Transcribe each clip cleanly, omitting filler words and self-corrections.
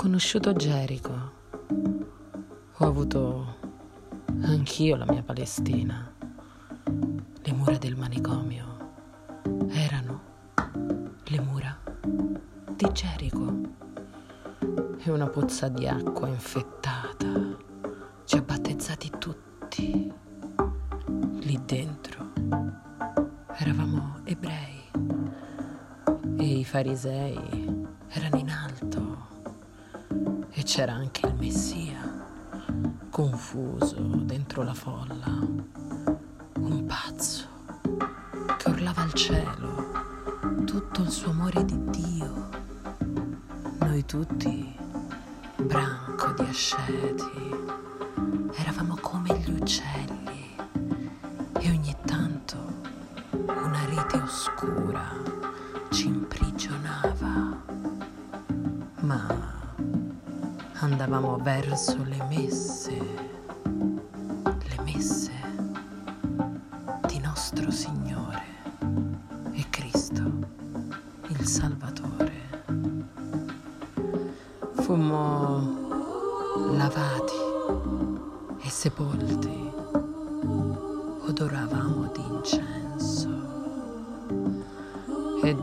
conosciuto Gerico. Ho avuto anch'io la mia Palestina. Le mura del manicomio erano le mura di Gerico. E una pozza di acqua infettata ci ha battezzati tutti. Lì dentro eravamo ebrei e i farisei erano in alto e c'era anche il Messia confuso dentro la folla, un pazzo che urlava al cielo tutto il suo amore di Dio. Noi tutti, branco di asceti, eravamo come gli uccelli e ogni tanto una rete oscura ci imprigionava, ma andavamo verso le messe di nostro Signore e Cristo, il Salvatore. Fummo lavati e sepolti, odoravamo di incenso e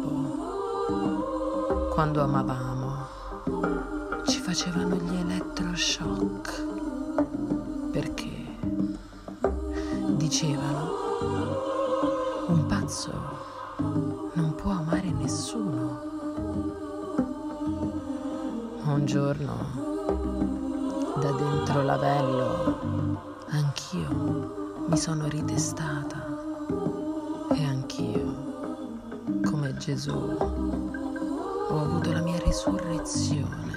dopo, quando amavamo, ci facevano gli elettroshock perché dicevano un pazzo non può amare nessuno. Un giorno, da dentro l'avello, anch'io mi sono ritestata e anch'io, come Gesù, ho avuto la mia risurrezione.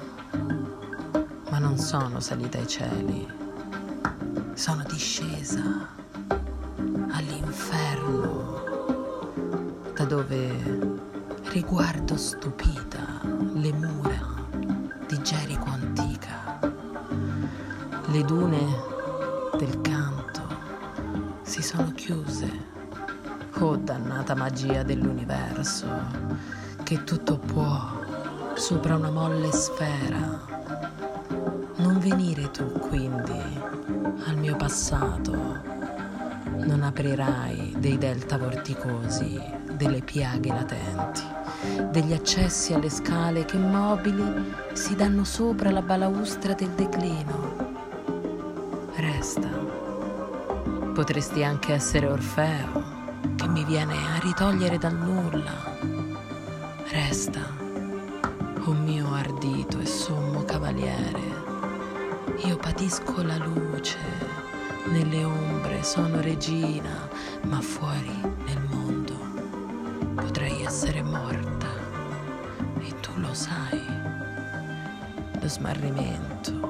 Ma non sono salita ai cieli, sono discesa all'inferno, da dove riguardo stupita le mura di Gerico antica. Le dune del canto si sono chiuse. Oh, dannata magia dell'universo, che tutto può sopra una molle sfera. Non venire tu quindi al mio passato, non aprirai dei delta vorticosi, delle piaghe latenti, degli accessi alle scale che mobili si danno sopra la balaustra del declino. Resta. Potresti anche essere Orfeo, che mi viene a ritogliere dal nulla. Resta, o mio ardito e sommo cavaliere. Io patisco la luce, nelle ombre sono regina, ma fuori nel mondo potrei essere morta. E tu lo sai, lo smarrimento